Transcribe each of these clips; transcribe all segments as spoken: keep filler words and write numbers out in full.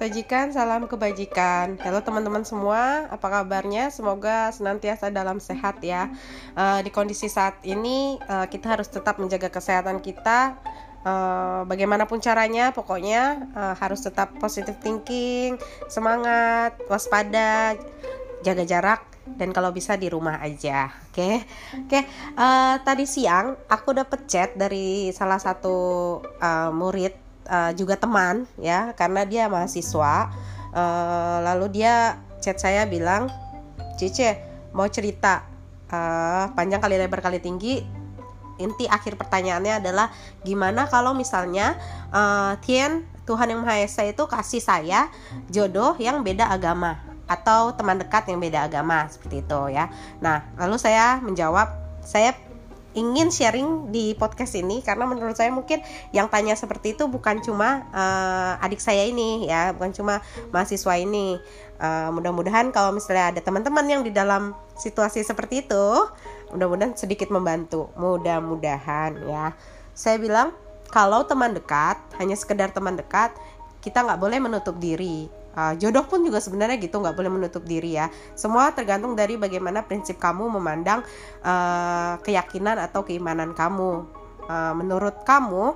Sajikan salam kebajikan. Halo teman-teman semua, apa kabarnya? Semoga senantiasa dalam sehat ya. Uh, di kondisi saat ini uh, kita harus tetap menjaga kesehatan kita. Uh, bagaimanapun caranya, pokoknya uh, harus tetap positive thinking, semangat, waspada, jaga jarak, dan kalau bisa di rumah aja. Oke, okay? oke. Okay. Uh, tadi siang aku dapet chat dari salah satu uh, murid. Uh, juga teman ya, karena dia mahasiswa. Uh, lalu dia chat saya bilang, Cece mau cerita uh, panjang kali lebar kali tinggi. Inti akhir pertanyaannya adalah gimana kalau misalnya uh, Tien, Tuhan Yang Maha Esa itu kasih saya jodoh yang beda agama atau teman dekat yang beda agama, seperti itu ya. Nah lalu saya menjawab, saya ingin sharing di podcast ini karena menurut saya mungkin yang tanya seperti itu bukan cuma uh, adik saya ini ya, bukan cuma mahasiswa ini. Uh, mudah-mudahan kalau misalnya ada teman-teman yang di dalam situasi seperti itu, mudah-mudahan sedikit membantu. Mudah-mudahan ya. Saya bilang kalau teman dekat, hanya sekedar teman dekat, kita nggak boleh menutup diri. Uh, jodoh pun juga sebenarnya gitu, nggak boleh menutup diri ya. Semua tergantung dari bagaimana prinsip kamu memandang uh, keyakinan atau keimanan kamu. Uh, menurut kamu,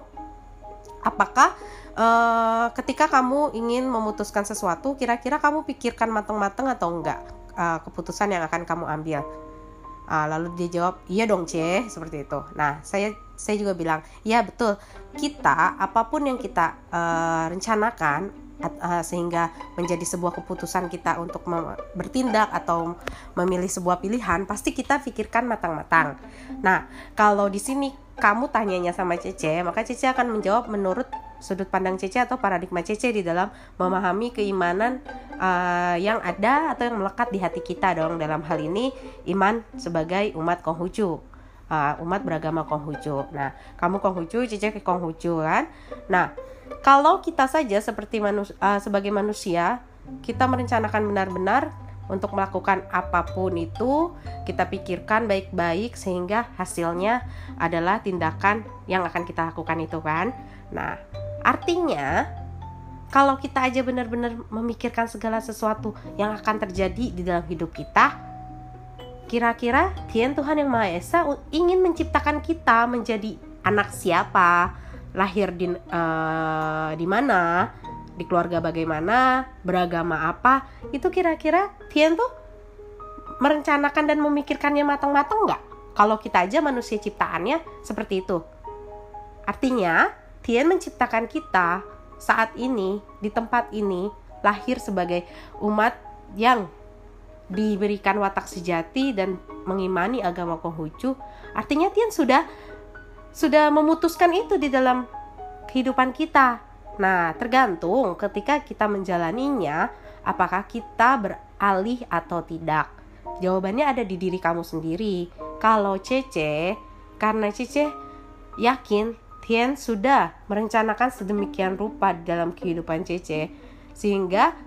apakah uh, ketika kamu ingin memutuskan sesuatu, kira-kira kamu pikirkan matang-matang atau enggak uh, keputusan yang akan kamu ambil? Uh, lalu dia jawab, iya dong C, seperti itu. Nah, saya saya juga bilang, iya betul. Kita apapun yang kita uh, rencanakan, Uh, sehingga menjadi sebuah keputusan kita untuk mem- bertindak atau memilih sebuah pilihan, pasti kita pikirkan matang-matang. Nah, kalau di sini kamu tanyanya sama Cece, maka Cece akan menjawab menurut sudut pandang Cece atau paradigma Cece di dalam memahami keimanan uh, yang ada atau yang melekat di hati kita dong. Dalam hal ini iman sebagai umat Konghucu, uh, umat beragama Konghucu. Nah, kamu Konghucu, Cece ke Konghucu kan. Nah, kalau kita saja seperti manus- uh, sebagai manusia, kita merencanakan benar-benar untuk melakukan apapun itu, kita pikirkan baik-baik sehingga hasilnya adalah tindakan yang akan kita lakukan itu kan. Nah, artinya kalau kita aja benar-benar memikirkan segala sesuatu yang akan terjadi di dalam hidup kita, kira-kira Tien, Tuhan Yang Maha Esa ingin menciptakan kita menjadi anak siapa, lahir di uh, di mana, di keluarga bagaimana, beragama apa, itu kira-kira Tien tuh merencanakan dan memikirkannya matang-matang nggak? Kalau kita aja manusia ciptaannya seperti itu. Artinya Tien menciptakan kita saat ini di tempat ini lahir sebagai umat yang diberikan watak sejati dan mengimani agama Konghucu. Artinya Tien sudah sudah memutuskan itu di dalam kehidupan kita. Nah, tergantung ketika kita menjalaninya, apakah kita beralih atau tidak. Jawabannya ada di diri kamu sendiri. Kalau Cece, karena Cece yakin Tien sudah merencanakan sedemikian rupa di dalam kehidupan Cece, sehingga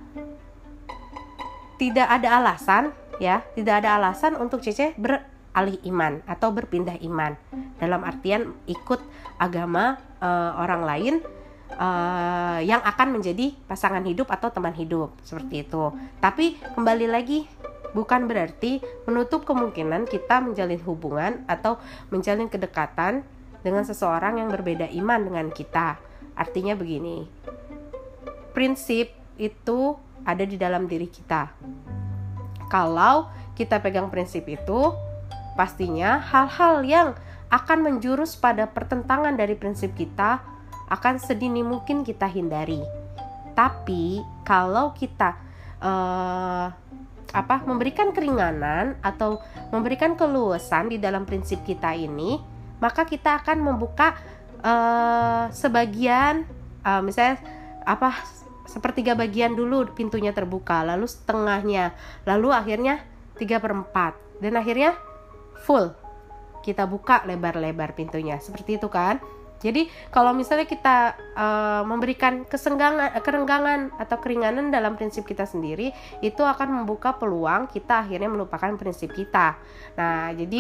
tidak ada alasan, ya, tidak ada alasan untuk Cece ber alih iman atau berpindah iman, dalam artian ikut agama uh, orang lain uh, yang akan menjadi pasangan hidup atau teman hidup, seperti itu. Tapi kembali lagi, bukan berarti menutup kemungkinan kita menjalin hubungan atau menjalin kedekatan dengan seseorang yang berbeda iman dengan kita. Artinya begini, prinsip itu ada di dalam diri kita. Kalau kita pegang prinsip itu, pastinya hal-hal yang akan menjurus pada pertentangan dari prinsip kita akan sedini mungkin kita hindari. Tapi kalau kita uh, apa memberikan keringanan atau memberikan keluasan di dalam prinsip kita ini, maka kita akan membuka uh, sebagian, uh, misalnya apa sepertiga bagian dulu pintunya terbuka, lalu setengahnya, lalu akhirnya tiga per empat, dan akhirnya full, kita buka lebar-lebar pintunya, seperti itu kan. Jadi kalau misalnya kita uh, memberikan kesenggangan, kerenggangan atau keringanan dalam prinsip kita sendiri, itu akan membuka peluang kita akhirnya melupakan prinsip kita. Nah, jadi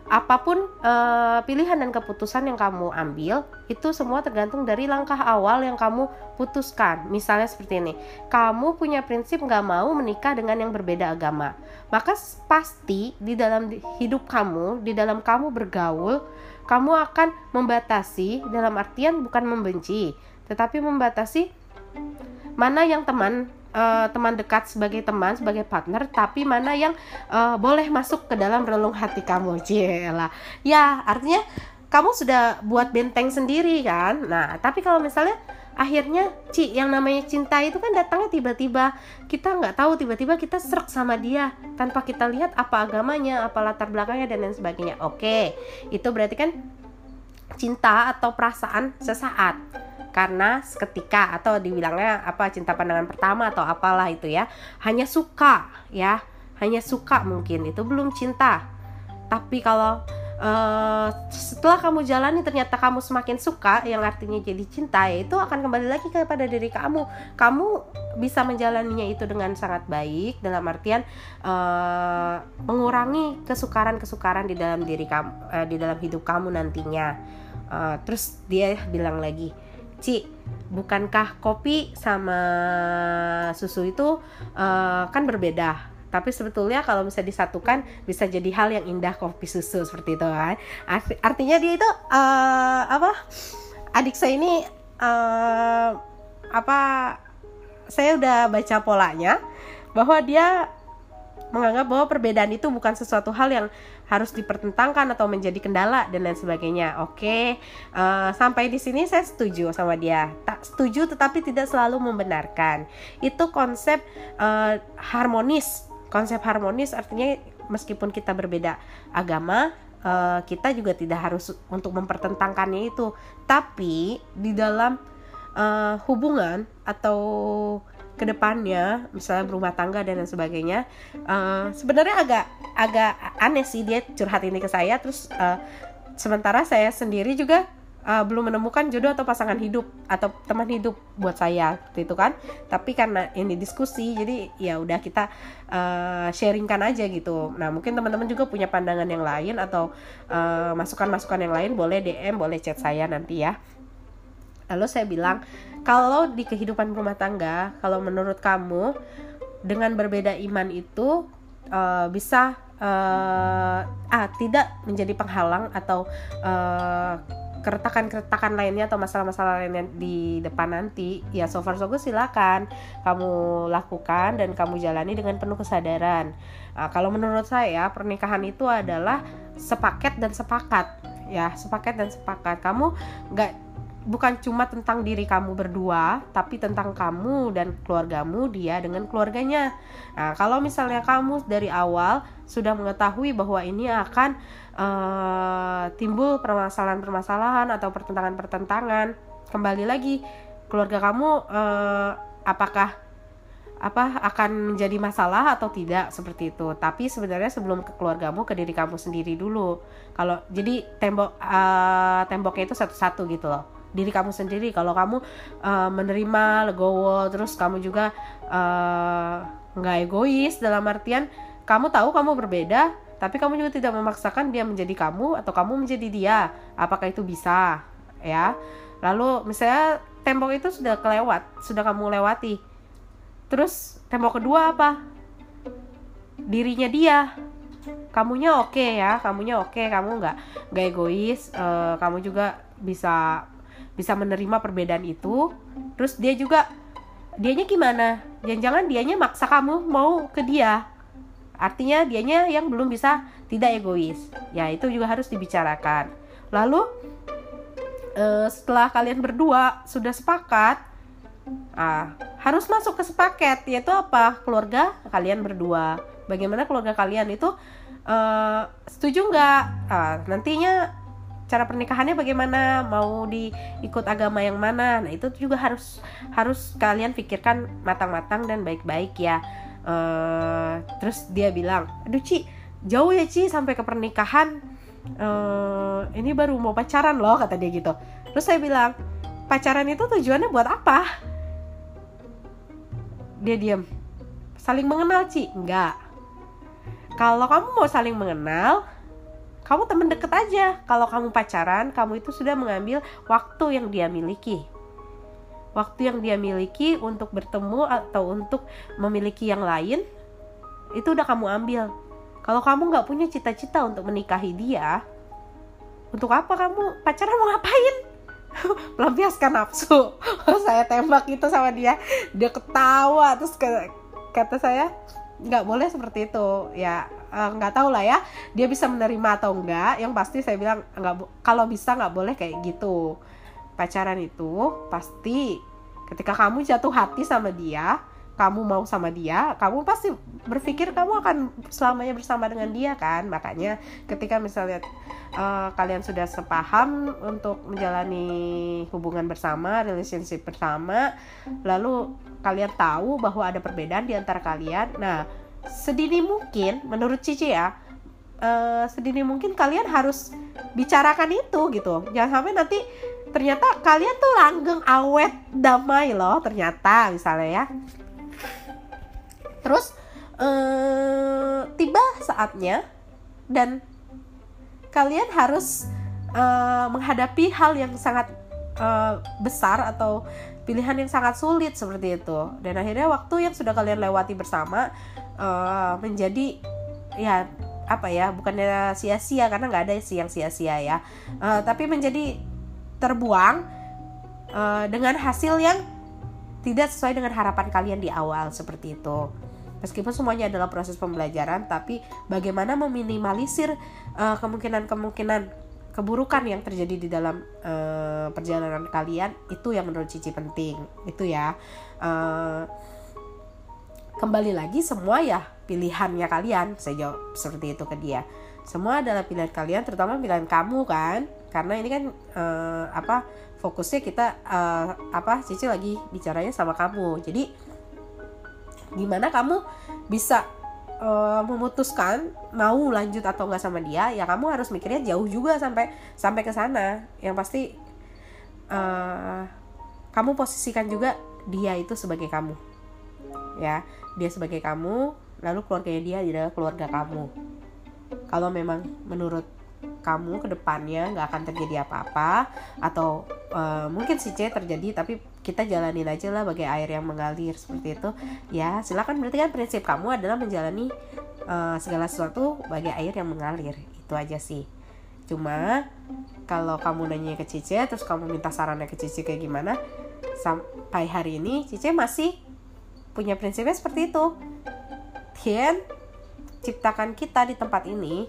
apapun uh, pilihan dan keputusan yang kamu ambil, itu semua tergantung dari langkah awal yang kamu putuskan. Misalnya seperti ini, kamu punya prinsip gak mau menikah dengan yang berbeda agama, maka pasti di dalam hidup kamu, di dalam kamu bergaul, kamu akan membatasi, dalam artian bukan membenci, tetapi membatasi mana yang teman Uh, teman dekat sebagai teman, sebagai partner, tapi mana yang uh, boleh masuk ke dalam relung hati kamu. Cielah. Ya, artinya kamu sudah buat benteng sendiri kan. Nah, tapi kalau misalnya akhirnya Ci, yang namanya cinta itu kan datangnya tiba-tiba, kita nggak tahu, tiba-tiba kita serak sama dia tanpa kita lihat apa agamanya, apa latar belakangnya dan lain sebagainya. Oke, itu berarti kan cinta atau perasaan sesaat, karena seketika, atau dibilangnya apa, cinta pandangan pertama atau apalah itu ya, hanya suka ya, hanya suka, mungkin itu belum cinta. Tapi kalau uh, setelah kamu jalani ternyata kamu semakin suka, yang artinya jadi cinta, ya itu akan kembali lagi kepada diri kamu. Kamu bisa menjalaninya itu dengan sangat baik, dalam artian uh, mengurangi kesukaran-kesukaran di dalam diri kamu, uh, di dalam hidup kamu nantinya. Uh, terus dia bilang lagi, Ci, bukankah kopi sama susu itu uh, kan berbeda? Tapi sebetulnya kalau bisa disatukan bisa jadi hal yang indah, kopi susu seperti itu kan. Artinya dia itu uh, apa? Adik saya ini uh, apa? Saya udah baca polanya bahwa dia menganggap bahwa perbedaan itu bukan sesuatu hal yang harus dipertentangkan atau menjadi kendala dan lain sebagainya. Oke, uh, sampai di sini saya setuju sama dia. Tak setuju tetapi tidak selalu membenarkan. Itu konsep uh, harmonis. Konsep harmonis artinya meskipun kita berbeda agama, uh, kita juga tidak harus untuk mempertentangkannya itu. Tapi di dalam uh, hubungan atau kedepannya, misalnya berumah tangga dan lain sebagainya, uh, sebenarnya agak agak aneh sih dia curhat ini ke saya. Terus uh, sementara saya sendiri juga uh, belum menemukan jodoh atau pasangan hidup atau teman hidup buat saya, seperti itu kan. Tapi karena ini diskusi, jadi ya udah kita uh, sharingkan aja gitu. Nah, mungkin teman-teman juga punya pandangan yang lain atau uh, masukan-masukan yang lain, boleh D M, boleh chat saya nanti ya. Lalu saya bilang, kalau di kehidupan rumah tangga, kalau menurut kamu dengan berbeda iman itu uh, bisa uh, ah tidak menjadi penghalang atau uh, keretakan-keretakan lainnya atau masalah-masalah lainnya di depan nanti, ya so far so good, silakan kamu lakukan dan kamu jalani dengan penuh kesadaran. Nah, kalau menurut saya pernikahan itu adalah sepaket dan sepakat, ya sepaket dan sepakat. Kamu nggak bukan cuma tentang diri kamu berdua, tapi tentang kamu dan keluargamu, dia dengan keluarganya. Nah, kalau misalnya kamu dari awal sudah mengetahui bahwa ini akan uh, timbul permasalahan-permasalahan atau pertentangan-pertentangan, kembali lagi keluarga kamu uh, apakah apa akan menjadi masalah atau tidak, seperti itu. Tapi sebenarnya sebelum ke keluargamu, ke diri kamu sendiri dulu. Kalau jadi tembok uh, temboknya itu satu-satu gitu loh. Diri kamu sendiri. Kalau kamu uh, menerima, legowo, terus kamu juga nggak uh, egois, dalam artian kamu tahu kamu berbeda, tapi kamu juga tidak memaksakan dia menjadi kamu atau kamu menjadi dia. Apakah itu bisa? Ya. Lalu misalnya tembok itu sudah kelewat, sudah kamu lewati. Terus tembok kedua apa? Dirinya dia. Kamunya oke okay ya, kamunya oke, okay, kamu nggak nggak egois, uh, kamu juga bisa bisa menerima perbedaan itu. Terus dia juga, dianya gimana? Jangan-jangan dianya maksa kamu mau ke dia. Artinya dianya yang belum bisa tidak egois. Ya, itu juga harus dibicarakan. Lalu uh, setelah kalian berdua sudah sepakat, ah, harus masuk ke sepaket, yaitu apa? Keluarga kalian berdua. Bagaimana keluarga kalian itu uh, setuju nggak? Ah, nantinya cara pernikahannya bagaimana? Mau diikut agama yang mana? Nah, itu juga harus harus kalian pikirkan matang-matang dan baik-baik ya. Uh, terus dia bilang, aduh Ci, jauh ya Ci sampai ke pernikahan. Uh, ini baru mau pacaran loh, kata dia gitu. Terus saya bilang, pacaran itu tujuannya buat apa? Dia diam. Saling mengenal Ci? Enggak. Kalau kamu mau saling mengenal, kamu teman deket aja. Kalau kamu pacaran, kamu itu sudah mengambil waktu yang dia miliki. Waktu yang dia miliki untuk bertemu atau untuk memiliki yang lain, itu udah kamu ambil. Kalau kamu gak punya cita-cita untuk menikahi dia, untuk apa kamu pacaran, mau ngapain? Melampiaskan nafsu. Saya tembak itu sama dia, dia ketawa. Terus kata saya, nggak boleh seperti itu ya, nggak tahu lah ya dia bisa menerima atau enggak. Yang pasti saya bilang nggak, kalau bisa nggak boleh kayak gitu. Pacaran itu pasti ketika kamu jatuh hati sama dia, kamu mau sama dia, kamu pasti berpikir kamu akan selamanya bersama dengan dia kan. Makanya ketika misalnya uh, kalian sudah sepaham untuk menjalani hubungan bersama, relationship bersama, lalu kalian tahu bahwa ada perbedaan di antara kalian, nah sedini mungkin menurut Cici ya, uh, sedini mungkin kalian harus bicarakan itu gitu. Jangan sampai nanti ternyata kalian tuh langgeng, awet, damai loh ternyata misalnya ya. Terus uh, tiba saatnya dan kalian harus uh, menghadapi hal yang sangat uh, besar atau pilihan yang sangat sulit seperti itu. Dan akhirnya waktu yang sudah kalian lewati bersama uh, menjadi ya apa ya, bukannya sia-sia karena nggak ada sih yang sia-sia ya, uh, tapi menjadi terbuang uh, dengan hasil yang tidak sesuai dengan harapan kalian di awal seperti itu. Meskipun semuanya adalah proses pembelajaran, tapi bagaimana meminimalisir uh, kemungkinan-kemungkinan keburukan yang terjadi di dalam uh, perjalanan kalian, itu yang menurut Cici penting. Itu ya, uh, kembali lagi semua ya pilihannya kalian. Saya jawab seperti itu ke dia. Semua adalah pilihan kalian, terutama pilihan kamu kan, karena ini kan uh, apa fokusnya kita uh, apa Cici lagi bicaranya sama kamu. Jadi gimana kamu bisa Uh, memutuskan mau lanjut atau enggak sama dia, ya kamu harus mikirnya jauh juga sampai sampai ke sana. Yang pasti uh, kamu posisikan juga dia itu sebagai kamu, ya, dia sebagai kamu, lalu keluarganya dia adalah keluarga kamu. Kalau memang menurut kamu ke depannya nggak akan terjadi apa-apa, atau uh, mungkin sih C terjadi, tapi kita jalanin aja lah bagai air yang mengalir seperti itu, ya silakan. Berarti kan prinsip kamu adalah menjalani uh, segala sesuatu bagai air yang mengalir, itu aja sih. Cuma kalau kamu nanya ke Cice, terus kamu minta sarannya ke Cice kayak gimana, sampai hari ini Cice masih punya prinsipnya seperti itu. Tuhan ciptakan kita di tempat ini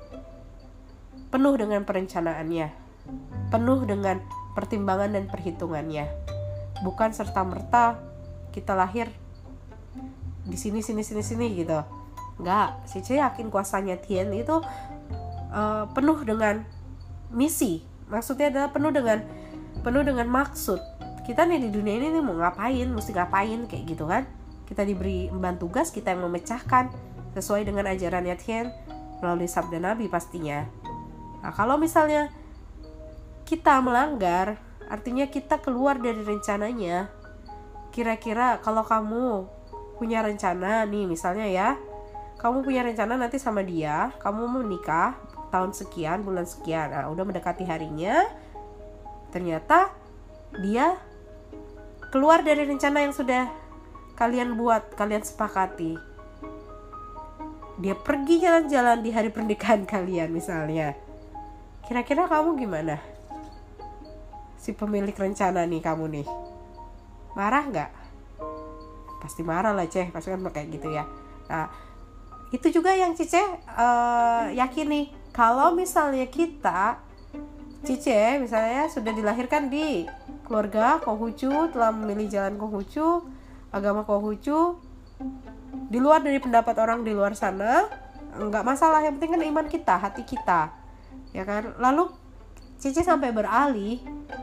penuh dengan perencanaannya, penuh dengan pertimbangan dan perhitungannya. Bukan serta-merta kita lahir di sini sini sini sini gitu. Enggak, Cici yakin kuasanya Tien itu uh, penuh dengan misi. Maksudnya adalah penuh dengan penuh dengan maksud. Kita nih di dunia ini nih mau ngapain, mesti ngapain kayak gitu kan. Kita diberi emban tugas, kita yang memecahkan sesuai dengan ajarannya Tien melalui sabda Nabi pastinya. Nah, kalau misalnya kita melanggar, artinya kita keluar dari rencananya. Kira-kira kalau kamu punya rencana nih, misalnya ya, kamu punya rencana nanti sama dia, kamu mau menikah tahun sekian, bulan sekian, nah udah mendekati harinya, ternyata dia keluar dari rencana yang sudah kalian buat, kalian sepakati. Dia pergi jalan-jalan di hari pernikahan kalian misalnya. Kira-kira kamu gimana? Si pemilik rencana nih, kamu nih, marah nggak? Pasti marah lah Ceh, pasti kan kayak gitu ya. Nah itu juga yang Cice uh, yakin nih, kalau misalnya kita Cice misalnya sudah dilahirkan di keluarga Konghucu, telah memilih jalan Konghucu, agama Konghucu, di luar dari pendapat orang di luar sana, nggak masalah, yang penting kan iman kita, hati kita, ya kan. Lalu Cici sampai beralih,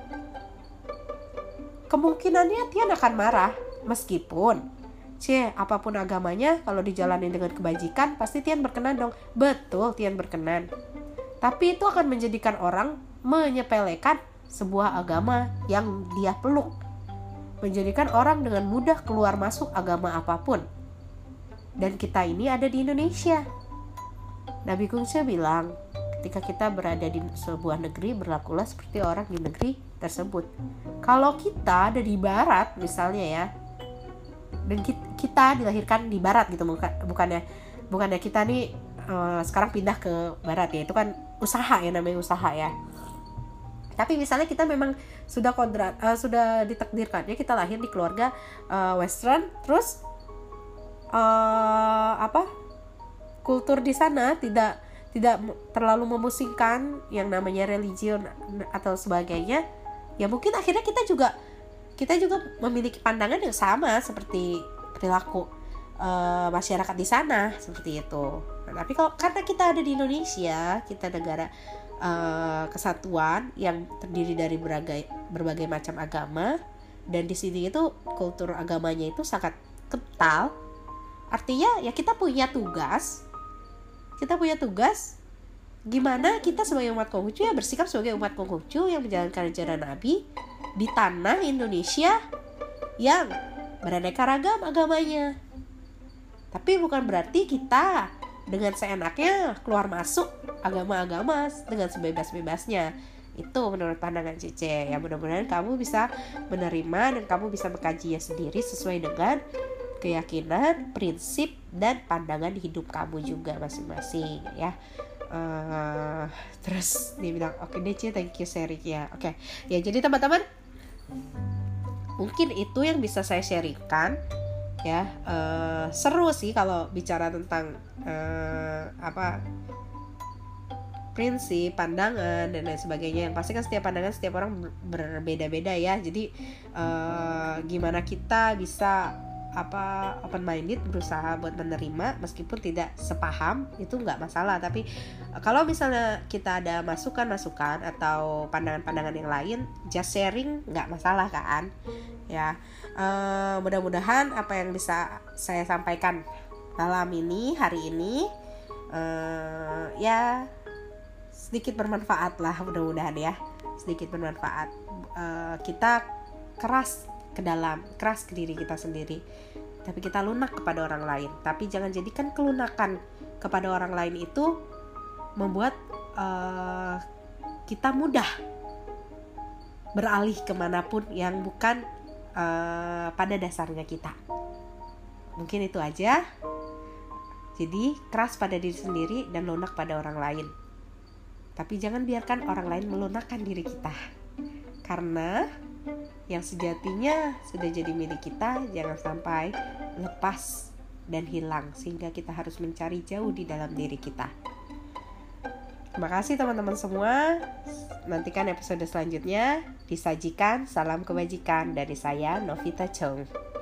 kemungkinannya Tian akan marah. Meskipun Cie, apapun agamanya, kalau dijalani dengan kebajikan, pasti Tian berkenan dong. Betul, Tian berkenan. Tapi itu akan menjadikan orang menyepelekan sebuah agama yang dia peluk, menjadikan orang dengan mudah keluar masuk agama apapun. Dan kita ini ada di Indonesia. Nabi Kungsya bilang, ketika kita berada di sebuah negeri, berlakulah seperti orang di negeri tersebut. Kalau kita ada di barat misalnya ya, dan kita dilahirkan di barat gitu, bukan bukannya bukannya kita nih uh, sekarang pindah ke barat ya, itu kan usaha ya, namanya usaha ya. Tapi misalnya kita memang sudah kodrat uh, sudah ditakdirkannya kita lahir di keluarga uh, western, terus uh, apa kultur di sana tidak tidak terlalu memusingkan yang namanya religion atau sebagainya, ya mungkin akhirnya kita juga kita juga memiliki pandangan yang sama seperti perilaku uh, masyarakat di sana seperti itu. Nah, tapi kalau karena kita ada di Indonesia, kita negara uh, kesatuan yang terdiri dari berbagai berbagai macam agama, dan di sini itu kultur agamanya itu sangat kental. Artinya ya kita punya tugas kita punya tugas gimana kita sebagai umat Konghucu ya bersikap sebagai umat Konghucu yang menjalankan ajaran Nabi di tanah Indonesia yang beraneka ragam agamanya. Tapi bukan berarti kita dengan seenaknya keluar masuk agama-agama dengan sebebas-bebasnya. Itu menurut pandangan Cece. Ya mudah-mudahan kamu bisa menerima dan kamu bisa mengkajinya sendiri sesuai dengan keyakinan, prinsip, dan pandangan hidup kamu juga masing-masing ya. Uh, terus dia bilang oke okay, Dece, thank you sharing ya. Oke okay. Ya jadi teman-teman, mungkin itu yang bisa saya sharingkan ya. Uh, seru sih kalau bicara tentang uh, apa prinsip, pandangan, dan lain sebagainya. Yang pasti kan setiap pandangan setiap orang berbeda-beda ya. Jadi uh, gimana kita bisa apa open minded, berusaha buat menerima meskipun tidak sepaham, itu nggak masalah. Tapi kalau misalnya kita ada masukan-masukan atau pandangan-pandangan yang lain, just sharing nggak masalah kan ya. Uh, mudah-mudahan apa yang bisa saya sampaikan malam ini, hari ini uh, ya sedikit bermanfaat lah, mudah-mudahan ya sedikit bermanfaat. Uh, kita keras ke dalam, keras ke diri kita sendiri, tapi kita lunak kepada orang lain. Tapi jangan jadikan kelunakan kepada orang lain itu membuat uh, kita mudah beralih kemanapun yang bukan uh, pada dasarnya kita. Mungkin itu aja. Jadi keras pada diri sendiri dan lunak pada orang lain. Tapi jangan biarkan orang lain melunakkan diri kita, karena yang sejatinya sudah jadi milik kita jangan sampai lepas dan hilang, sehingga kita harus mencari jauh di dalam diri kita. Terima kasih teman-teman semua. Nantikan episode selanjutnya. Disajikan salam kebajikan dari saya, Novita Chong.